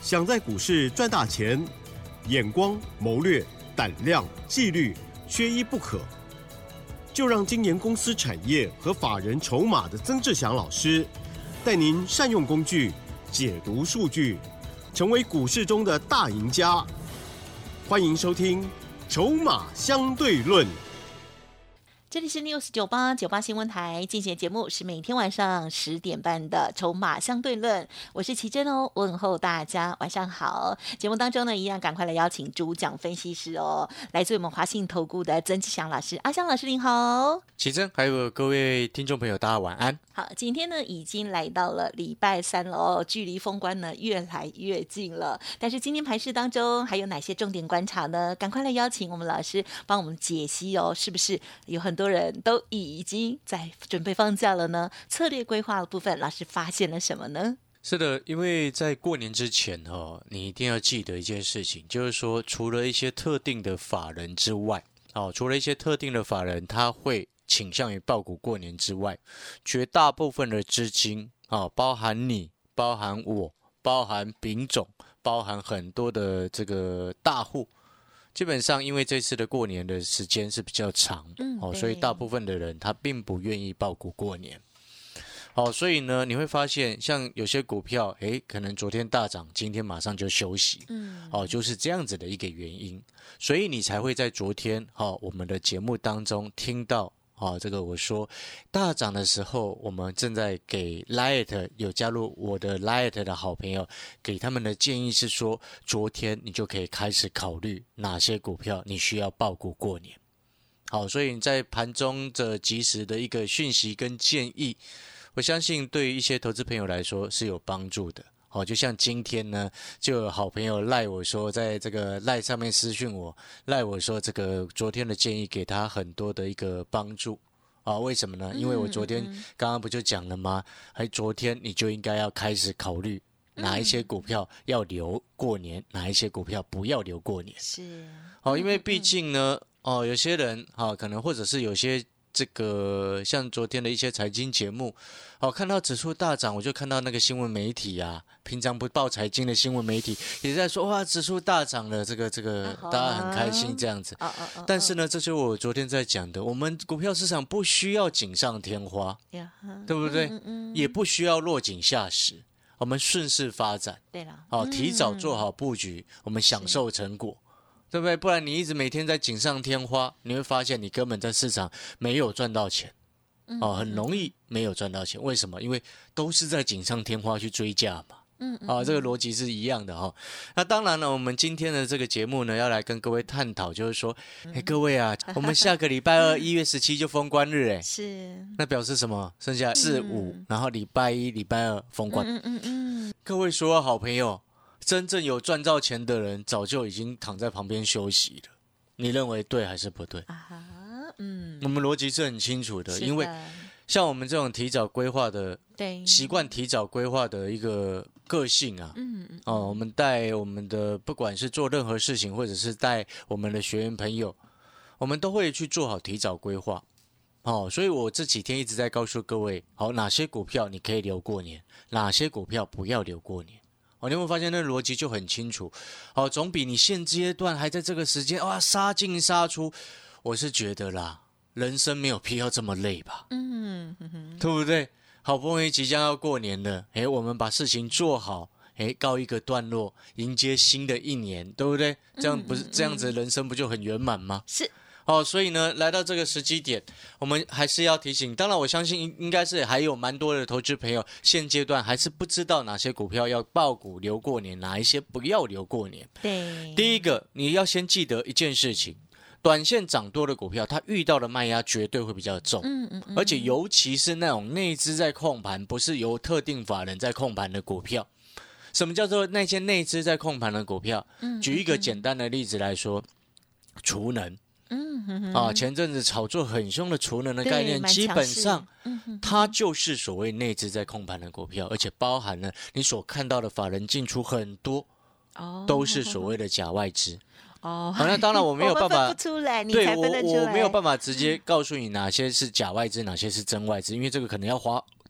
想在股市赚大钱，眼光、谋略、胆量、纪律，缺一不可。就让精研公司产业和法人筹码的曾志祥老师，带您善用工具，解读数据，成为股市中的大赢家。欢迎收听《筹码相对论》。 这里是 News98 新闻台进行节目，是每天晚上10点半的筹码相对论，我是奇珍哦，问候大家晚上好。节目当中呢，一样赶快来邀请主讲分析师哦，来自我们华信投顾的曾志祥老师，阿祥老师您好。 奇珍还有各位听众朋友大家晚安。 好，今天呢已经来到了礼拜三了哦，距离封关呢越来越近了。但是今天盘市当中还有哪些重点观察呢？赶快来邀请我们老师帮我们解析哦，是不是有很多人都已经在准备放假了呢？策略规划的部分，老师发现了什么呢？ 是的，因为在过年之前你一定要记得一件事情，就是说除了一些特定的法人之外，除了一些特定的法人他会倾向于抱股过年之外，绝大部分的资金包含你，包含我，包含丙种，包含很多的这个大户，基本上因为这次的过年的时间是比较长，所以大部分的人他并不愿意抱股过年。所以呢，你会发现像有些股票，可能昨天大涨，今天马上就休息，就是这样子的一个原因，所以你才会在昨天我们的节目当中听到这个我说大涨的时候，我们正在给 Lite 有加入我的 Lite 的好朋友，给他们的建议是说，昨天你就可以开始考虑哪些股票你需要抱股过年。好，所以你在盘中这及时的一个讯息跟建议，我相信对于一些投资朋友来说是有帮助的。就像今天呢，就有好朋友赖我说，在这个赖上面私讯我，赖我说这个昨天的建议给他很多的一个帮助为什么呢？因为我昨天刚刚不就讲了吗？昨天你就应该要开始考虑哪一些股票要留过年，哪一些股票不要留过年。 是因为毕竟呢有些人可能或者是有些这个像昨天的一些财经节目看到指数大涨，我就看到那个新闻媒体平常不报财经的新闻媒体也在说，哇，指数大涨了，这个大家很开心这样子。但是呢，这就是我昨天在讲的，我们股票市场不需要锦上添花，对不对？也不需要落井下石，我们顺势发展， 对了， 提早做好布局，我们享受成果，对不对？不然你一直每天在锦上添花，你会发现你根本在市场没有赚到钱，很容易没有赚到钱。为什么？因为都是在锦上添花去追价嘛。这个逻辑是一样的那当然了，我们今天的这个节目呢，要来跟各位探讨，就是说，各位我们下个礼拜二1月17就封关日是， 那表示什么？剩下4、5，然后礼拜1、礼拜2封关。各位所有好朋友，真正有赚到钱的人早就已经躺在旁边休息了，你认为对还是不对？我们逻辑是很清楚的，因为像我们这种提早规划的，习惯提早规划的一个个性我们带我们的不管是做任何事情，或者是带我们的学员朋友，我们都会去做好提早规划。所以我这几天一直在告诉各位，哪些股票你可以留过年，哪些股票不要留过年。你有没有发现那逻辑就很清楚？总比你现阶段还在这个时间杀进杀出，我是觉得啦，人生没有必要这么累吧？对不对？好不容易即将要过年了，我们把事情做好，告一个段落，迎接新的一年，对不对？这样不是这样子，人生不就很圆满吗？ 是。 所以呢，来到这个时机点，我们还是要提醒。当然，我相信应该是还有蛮多的投资朋友，现阶段还是不知道哪些股票要抱股留过年，哪一些不要留过年。 对， 第一个，你要先记得一件事情。短线涨多的股票，它遇到的卖压绝对会比较重，而且尤其是那种内资在控盘，不是由特定法人在控盘的股票。什么叫做那些内资在控盘的股票？举一个简单的例子来说，储能，前阵子炒作很凶的储能的概念，基本上它就是所谓内资在控盘的股票，而且包含了你所看到的法人进出很多，都是所谓的假外资。那当然我没有办法， 我分不出来，你对才分得出来。 我没有办法直接告诉你哪些是假外资，哪些是真外资，因为这个可能要花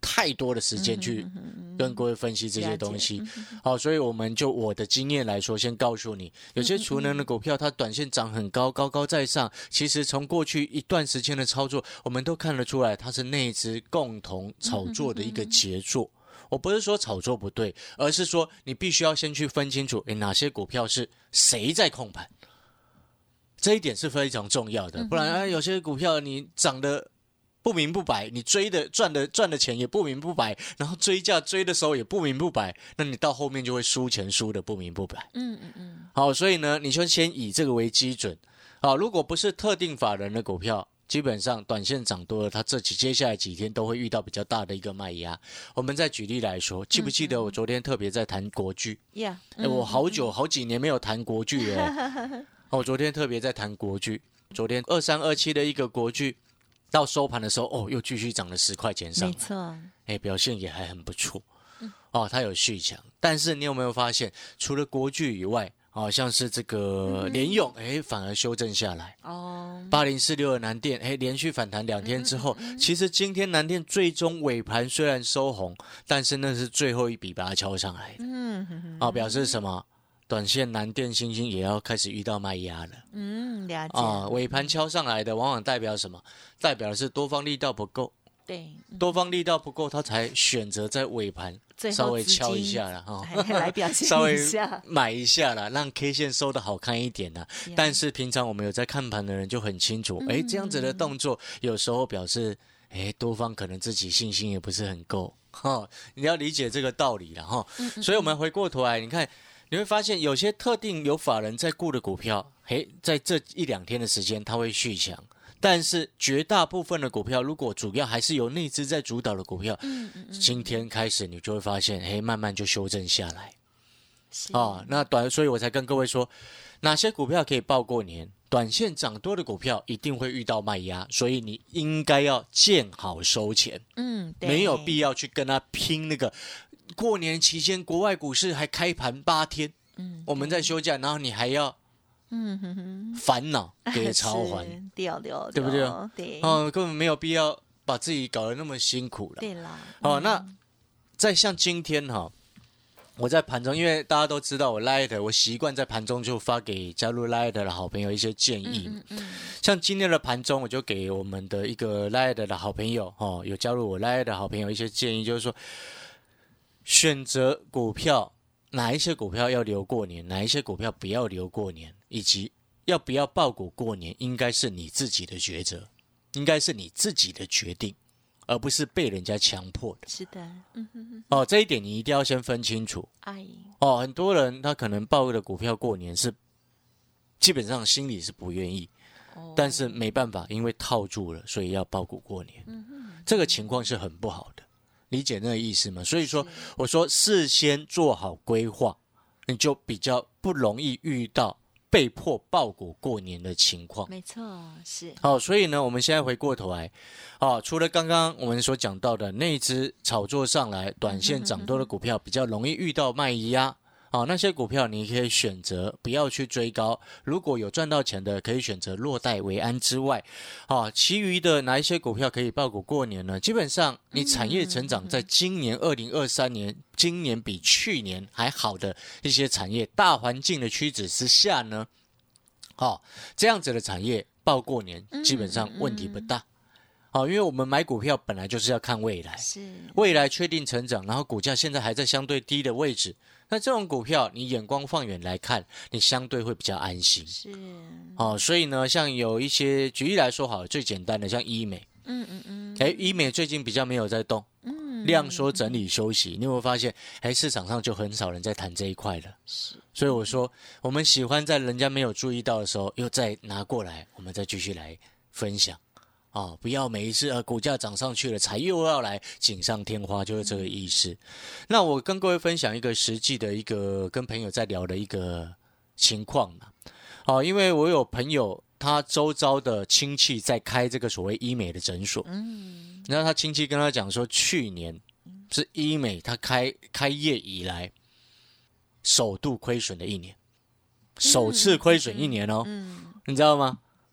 太多的时间去跟各位分析这些东西。好，所以我们就我的经验来说，先告诉你，有些储能的股票，它短线涨很高，高高在上，其实从过去一段时间的操作，我们都看得出来，它是内资共同炒作的一个杰作。我不是说炒作不对，而是说你必须要先去分清楚，哪些股票是谁在控盘，这一点是非常重要的。不然有些股票你涨得不明不白，你追的赚的钱也不明不白，然后追价追的时候也不明不白，那你到后面就会输钱输的不明不白。好，所以呢，你就先以这个为基准。好，如果不是特定法人的股票，基本上短线涨多了，它接下来几天都会遇到比较大的一个卖压。我们再举例来说，记不记得我昨天特别在谈国巨？我好几年没有谈国巨了。我昨天特别在谈国巨，昨天2327的一个国巨，到收盘的时候，又继续涨了10块钱上来，没错，表现也还很不错。它有续强，但是你有没有发现，除了国巨以外，像是这个联咏，反而修正下来。8046的南电，连续反弹2天之后，其实今天南电最终尾盘虽然收红，但是那是最后一笔把它敲上来的。表示什么？短线南电、星星也要开始遇到卖压了。 了解。 尾盘敲上来的，往往代表什么？代表的是多方力道不够。 对， 多方力道不够，他才选择在尾盘稍微敲一下了来表现一下， 稍微买一下了，让 K 线收的好看一点了。但是平常我们有在看盘的人就很清楚，这样子的动作有时候表示，多方可能自己信心也不是很够你要理解这个道理了所以我们回过头来，你看你会发现有些特定有法人在顾的股票，在这1-2天的时间它会续强。但是绝大部分的股票，如果主要还是由内资在主导的股票，今天开始你就会发现，慢慢就修正下来。所以我才跟各位说，哪些股票可以抱过年？短线涨多的股票一定会遇到卖压，所以你应该要见好收钱。没有必要去跟他拼那个过年期间国外股市还开盘8天，我们在休假，然后你还要。烦恼给偿还，对不对？ 对， 根本没有必要把自己搞得那么辛苦了。 对啦， 那再像今天我在盘中，因为大家都知道我 Light， 我习惯在盘中就发给加入 Light 的好朋友一些建议。像今天的盘中，我就给我们的一个 Light 的好朋友有加入我 Light 的好朋友一些建议，就是说选择股票。哪一些股票要留过年，哪一些股票不要留过年，以及要不要抱股过年，应该是你自己的抉择，应该是你自己的决定，而不是被人家强迫的。 是的， 这一点你一定要先分清楚。很多人他可能抱的股票过年是基本上心里是不愿意，但是没办法，因为套住了，所以要抱股过年。这个情况是很不好的。理解那个意思吗？所以说，我说事先做好规划，你就比较不容易遇到被迫抱股过年的情况。 没错，是。 所以呢，我们现在回过头来，除了刚刚我们所讲到的内资炒作上来，短线涨多的股票比较容易遇到卖压。那些股票你可以选择不要去追高，如果有赚到钱的，可以选择落袋为安之外，其余的哪一些股票可以抱股过年呢？基本上你产业成长在今年2023年，今年比去年还好的一些产业，大环境的趋势之下呢，这样子的产业抱过年基本上问题不大。因为我们买股票本来就是要看未来，未来确定成长，然后股价现在还在相对低的位置，那这种股票你眼光放远来看，你相对会比较安心。所以呢，像有一些举例来说好了，最简单的像医美，医美最近比较没有在动，量缩整理休息，你有没有发现，市场上就很少人在谈这一块了。所以我说，我们喜欢在人家没有注意到的时候，又再拿过来，我们再继续来分享。不要每一次股价涨上去了才又要来锦上添花，就是这个意思。那我跟各位分享一个实际的一个跟朋友在聊的一个情况嘛。因为我有朋友他周遭的亲戚在开这个所谓医美的诊所，然后他亲戚跟他讲说，去年是医美他开业以来首度亏损的一年，首次亏损一年你知道吗？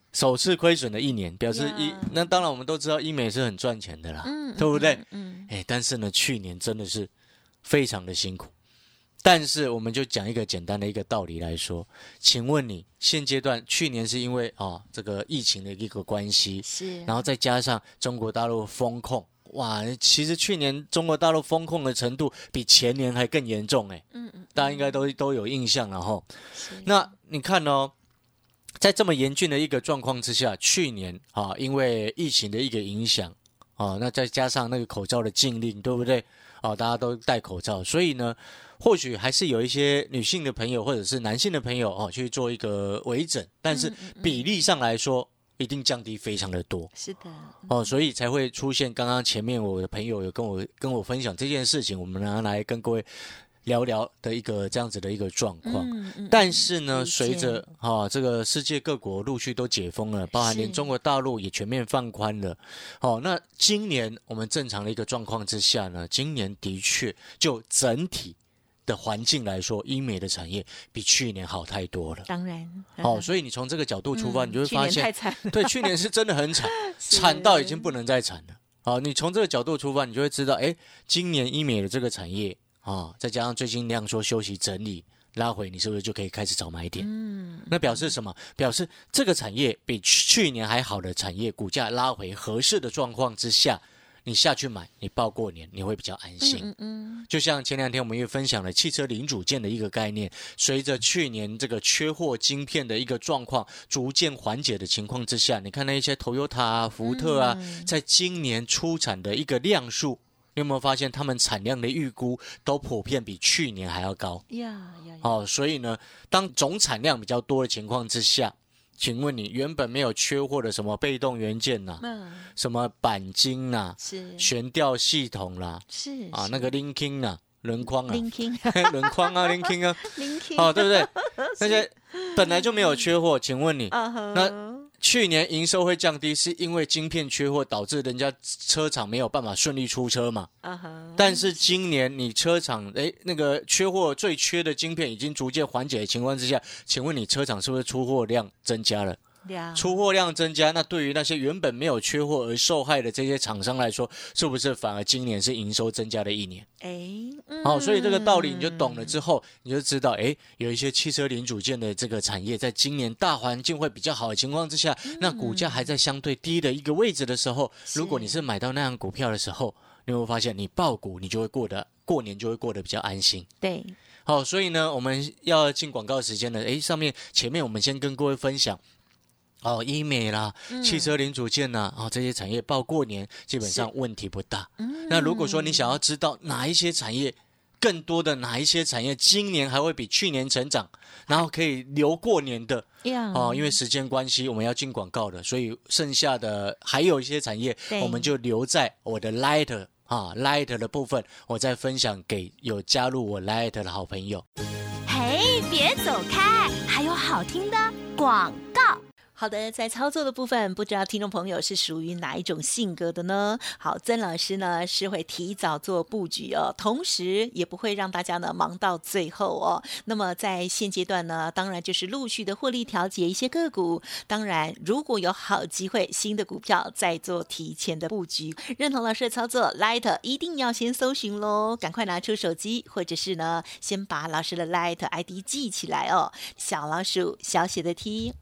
首次亏损的一年，表示那当然我们都知道医美是很赚钱的啦，对不对？但是呢，去年真的是非常的辛苦。但是我们就讲一个简单的一个道理来说，请问你现阶段去年是因为这个疫情的一个关系， 是， 然后再加上中国大陆封控，哇，其实去年中国大陆封控的程度比前年还更严重大家应该都有印象了齁。那你看在这么严峻的一个状况之下，去年因为疫情的一个影响那再加上那个口罩的禁令，对不对？大家都戴口罩，所以呢，或许还是有一些女性的朋友或者是男性的朋友去做一个微整，但是比例上来说一定降低非常的多。 是的， 所以才会出现刚刚前面我的朋友有跟我分享这件事情，我们拿来跟各位聊聊的一个这样子的一个状况。但是呢，随着这个世界各国陆续都解封了，包含连中国大陆也全面放宽了。那今年我们正常的一个状况之下呢，今年的确就整体的环境来说，医美的产业比去年好太多了。 当然， 所以你从这个角度出发，你就会发现， 去年太惨了， 对，去年是真的很惨，惨到已经不能再惨了。你从这个角度出发，你就会知道，今年医美的这个产业再加上最近量缩休息整理拉回，你是不是就可以开始找买点？那表示什么？表示这个产业比去年还好的产业，股价拉回合适的状况之下，你下去买，你报过年，你会比较安心。就像前2天我们也分享了汽车零组件的一个概念，随着去年这个缺货晶片的一个状况逐渐缓解的情况之下，你看那一些 Toyota 福特在今年出产的一个量数，你有没有发现他们产量的预估都普遍比去年还要高？所以呢，当总产量比较多的情况之下，请问你原本没有缺货的什么被动元件什么钣金悬吊系统啦，那个 linking 轮框轮框linking对不对？那些本来就没有缺货，请问你那去年营收会降低，是因为晶片缺货导致人家车厂没有办法顺利出车嘛？但是今年你车厂那个缺货最缺的晶片已经逐渐缓解的情况之下，请问你车厂是不是出货量增加了？出货量增加，那对于那些原本没有缺货而受害的这些厂商来说，是不是反而今年是营收增加的一年？所以这个道理你就懂了之后，你就知道有一些汽车零组件的这个产业在今年大环境会比较好的情况之下，那股价还在相对低的一个位置的时候，如果你是买到那样股票的时候，你会发现你抱股，你就会过年就会过得比较安心。 对， 所以呢，我们要进广告时间了。前面我们先跟各位分享医美啦，汽车零组件这些产业报过年基本上问题不大。那如果说你想要知道哪一些产业更多的哪一些产业今年还会比去年成长，然后可以留过年的因为时间关系我们要进广告的，所以剩下的还有一些产业我们就留在我的 Light 的部分，我再分享给有加入我 Light 的好朋友。 嘿，别走开，还有好听的广告。 好的，在操作的部分，不知道听众朋友是属于哪一种性格的呢？好，曾老师呢是会提早做布局同时也不会让大家呢忙到最后那么在现阶段呢，当然就是陆续的获利调节一些个股。当然，如果有好机会，新的股票再做提前的布局。认同老师的操作 ，Light 一定要先搜寻咯，赶快拿出手机，或者是呢先把老师的 Light ID 记起来小老鼠小写的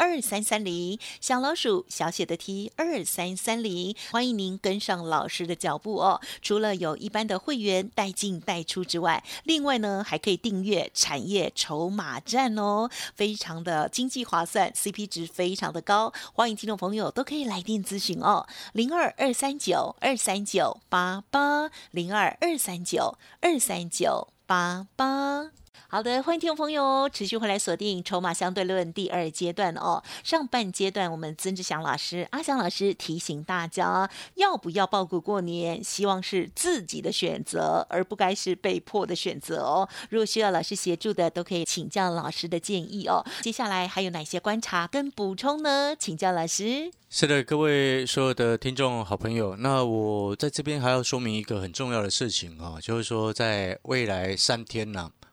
T2330。小老鼠小写的 T2330，欢迎您跟上老师的脚步除了有一般的会员带进带出之外，另外呢还可以订阅产业筹码站非常的经济划算 ，CP 值非常的高，欢迎听众朋友都可以来电咨询02-239-23988，02-239-23988。好的，欢迎听众朋友持续回来锁定筹码相对论第2阶段上半阶段我们曾志祥老师阿祥老师提醒大家，要不要抱股过年，希望是自己的选择，而不该是被迫的选择如果需要老师协助的，都可以请教老师的建议接下来还有哪些观察跟补充呢？请教老师。 是的，各位所有的听众好朋友，那我在这边还要说明一个很重要的事情就是说在未来3天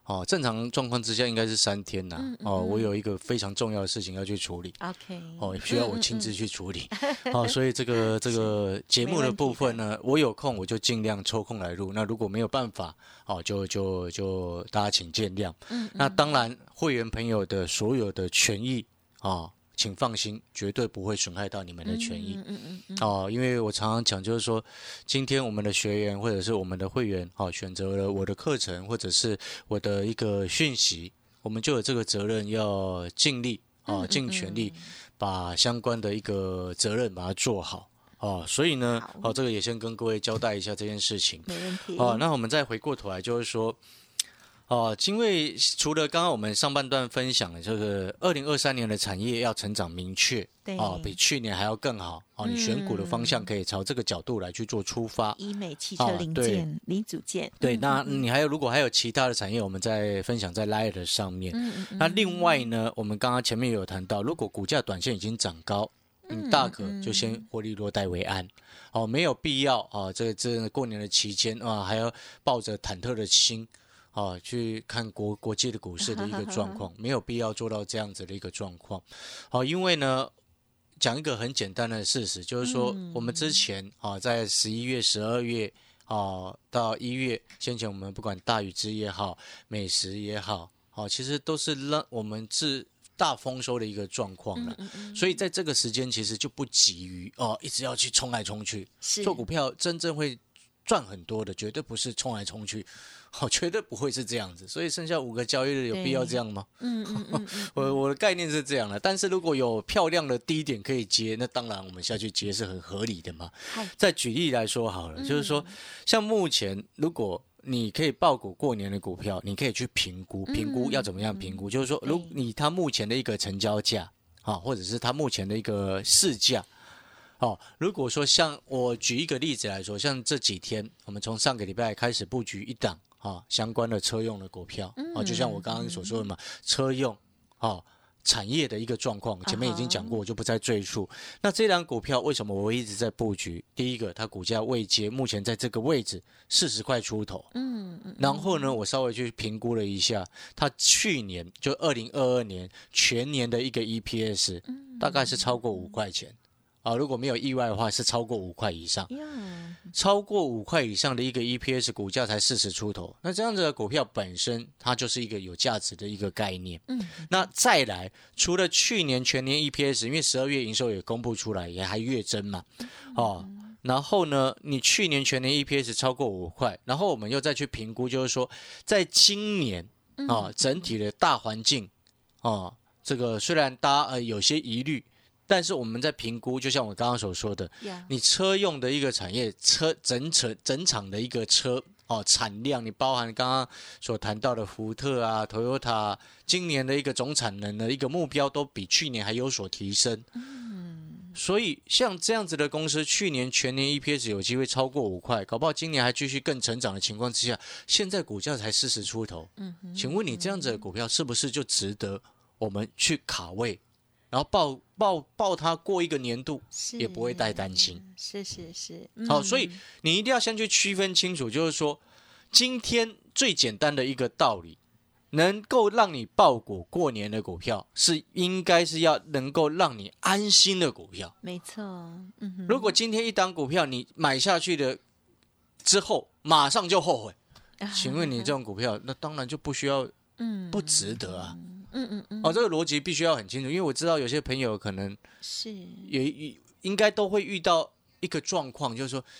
正常状况之下应该是3天呐。我有一个非常重要的事情要去处理。 OK。 需要我亲自去处理。所以这个节目的部分呢，我有空我就尽量抽空来录。那如果没有办法，就大家请见谅。那当然，会员朋友的所有的权益请放心，绝对不会损害到你们的权益。因为我常常讲，就是说，今天我们的学员或者是我们的会员，选择了我的课程或者是我的一个讯息，我们就有这个责任要尽力尽全力把相关的一个责任把它做好。所以呢，这个也先跟各位交代一下这件事情。 没问题。 那我们再回过头来，就是说。因为除了刚刚我们上半段分享的这个2023年的产业要成长明确，比去年还要更好，你选股的方向可以朝这个角度来去做出发。 医美、汽车零件、零组件， 对，那你如果还有其他的产业，我们再分享在 Light 上面。那另外呢，我们刚刚前面有谈到，如果股价短线已经涨高，你大可就先获利落袋为安，没有必要这过年的期间还要抱着忐忑的心。去看国际的股市的一个状况，没有必要做到这样子的一个状况。因为呢，讲一个很简单的事实，就是说我们之前在11月、12月到1月，先前我们不管大禹之也好，美食也好，其实都是让我们是大丰收的一个状况了。所以在这个时间，其实就不急于一直要去冲来冲去。做股票真正会赚很多的，绝对不是冲来冲去。绝对不会是这样子，所以剩下5个交易日有必要这样吗？我的概念是这样的，但是如果有漂亮的低点可以接，那当然我们下去接是很合理的嘛。再举例来说好了，就是说像目前如果你可以抱股过年的股票，你可以去评估要怎么样评估，就是说如它目前的一个成交价或者是它目前的一个市价。如果说像我举一个例子来说，像这几天我们从上个礼拜开始布局一档相关的车用的股票，就像我刚刚所说的嘛，车用产业的一个状况，前面已经讲过，我就不再赘述。那这档股票为什么我一直在布局？第一个，它股价位阶目前在这个位置40块出头，然后呢，我稍微去评估了一下，它去年就2022年全年的一个 EPS，大概是超过5块钱。如果没有意外的话，是超过5块以上，超过5块以上的一个 EPS， 股价才40出头。那这样子的股票本身，它就是一个有价值的一个概念。那再来，除了去年全年 EPS， 因为12月营收也公布出来，也还月增嘛，然后呢，你去年全年 EPS 超过5块，然后我们又再去评估，就是说，在今年整体的大环境这个虽然大家有些疑虑。但是我们在评估，就像我刚刚所说的，你车用的一个产业，整场的一个车产量，你包含刚刚所谈到的福特Toyota， 今年的一个总产能的一个目标都比去年还有所提升。所以像这样子的公司，去年全年 EPS 有机会超过5块，搞不好今年还继续更成长的情况之下，现在股价才40出头。请问你这样子的股票是不是就值得我们去卡位？然后抱它过一个年度，也不会太担心。 是。 所以你一定要先去区分清楚，就是说，今天最简单的一个道理，能够让你抱股过年的股票，应该是要能够让你安心的股票。 没错。 如果今天一档股票你买下去的之后，马上就后悔，请问你这种股票，那当然就不需要，不值得啊。这个逻辑必须要很清楚，因为我知道有些朋友可能是也应该都会遇到一个状况，就是说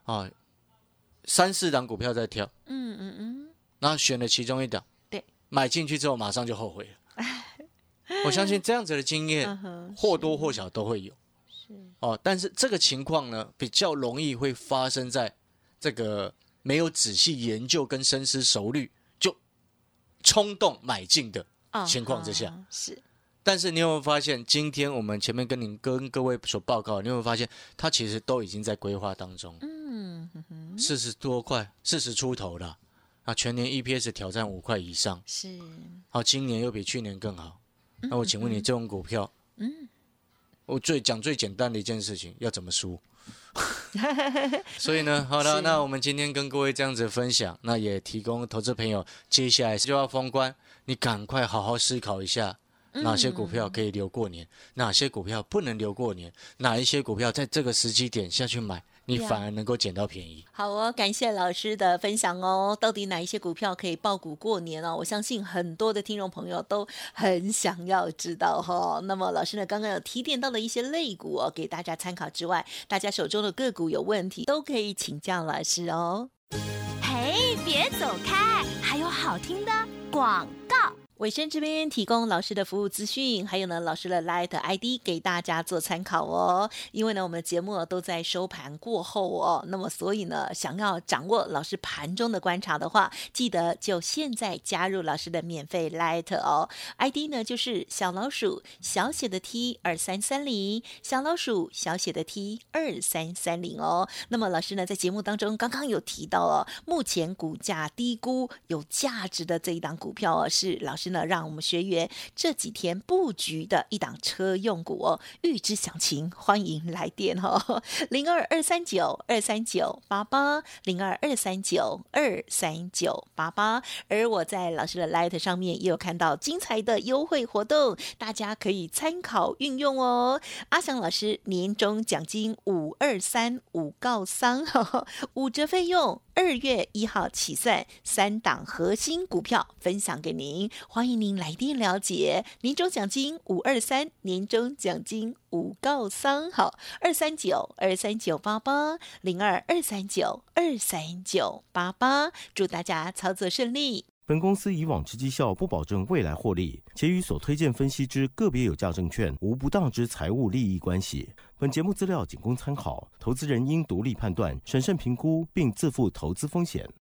3、4档股票在挑，然后选了其中一档，对，买进去之后马上就后悔了。我相信这样子的经验或多或少都会有，但是这个情况呢，比较容易会发生在这个没有仔细研究跟深思熟虑就冲动买进的情况之下， 是。 但是你有没有发现，今天我们前面跟各位所报告，你有没有发现，它其实都已经在规划当中，40多块，40出头了，全年 EPS 挑战5块以上， 是。 今年又比去年更好，那我请问你，这种股票，我最简单的一件事情，要怎么输？ 所以呢，好了，那我们今天跟各位这样子分享，那也提供投资朋友接下来就要封关，你赶快好好思考一下。哪些股票可以留过年，哪些股票不能留过年，哪一些股票在这个时机点下去买，你反而能够捡到便宜。 好哦，感谢老师的分享哦。到底哪一些股票可以抱股过年哦？我相信很多的听众朋友都很想要知道哦。那么老师呢，刚刚有提点到了一些类股哦，给大家参考之外，大家手中的个股有问题都可以请教老师哦。 嘿，别走开，还有好听的广告。 尾声这边提供老师的服务资讯，还有呢老师的 Light ID 给大家做参考哦。因为呢我们的节目都在收盘过后哦，那么所以呢想要掌握老师盘中的观察的话，记得就现在加入老师的免费 Light 哦。ID 呢就是小老鼠小写的 T 2330，小老鼠小写的 T 2330哦。那么老师呢在节目当中刚刚有提到哦，目前股价低估有价值的这一档股票哦，是老师让我们学员这几天布局的一档车用股哦，预知详情欢迎来电哦，0223923988 0223923988。而我在老师的 Light 上面也有看到精彩的优惠活动，大家可以参考运用哦。阿翔老师年终奖金5235告桑，5折费用，2月1号起算，3档核心股票分享给您。欢迎您来电了解，年终奖金523，年终奖金5告桑，好239233988 0223923988，祝大家操作顺利。 本公司以往之绩效不保证未来获利，且与所推荐分析之个别有价证券无不当之财务利益关系。本节目资料仅供参考，投资人应独立判断、审慎评估，并自负投资风险。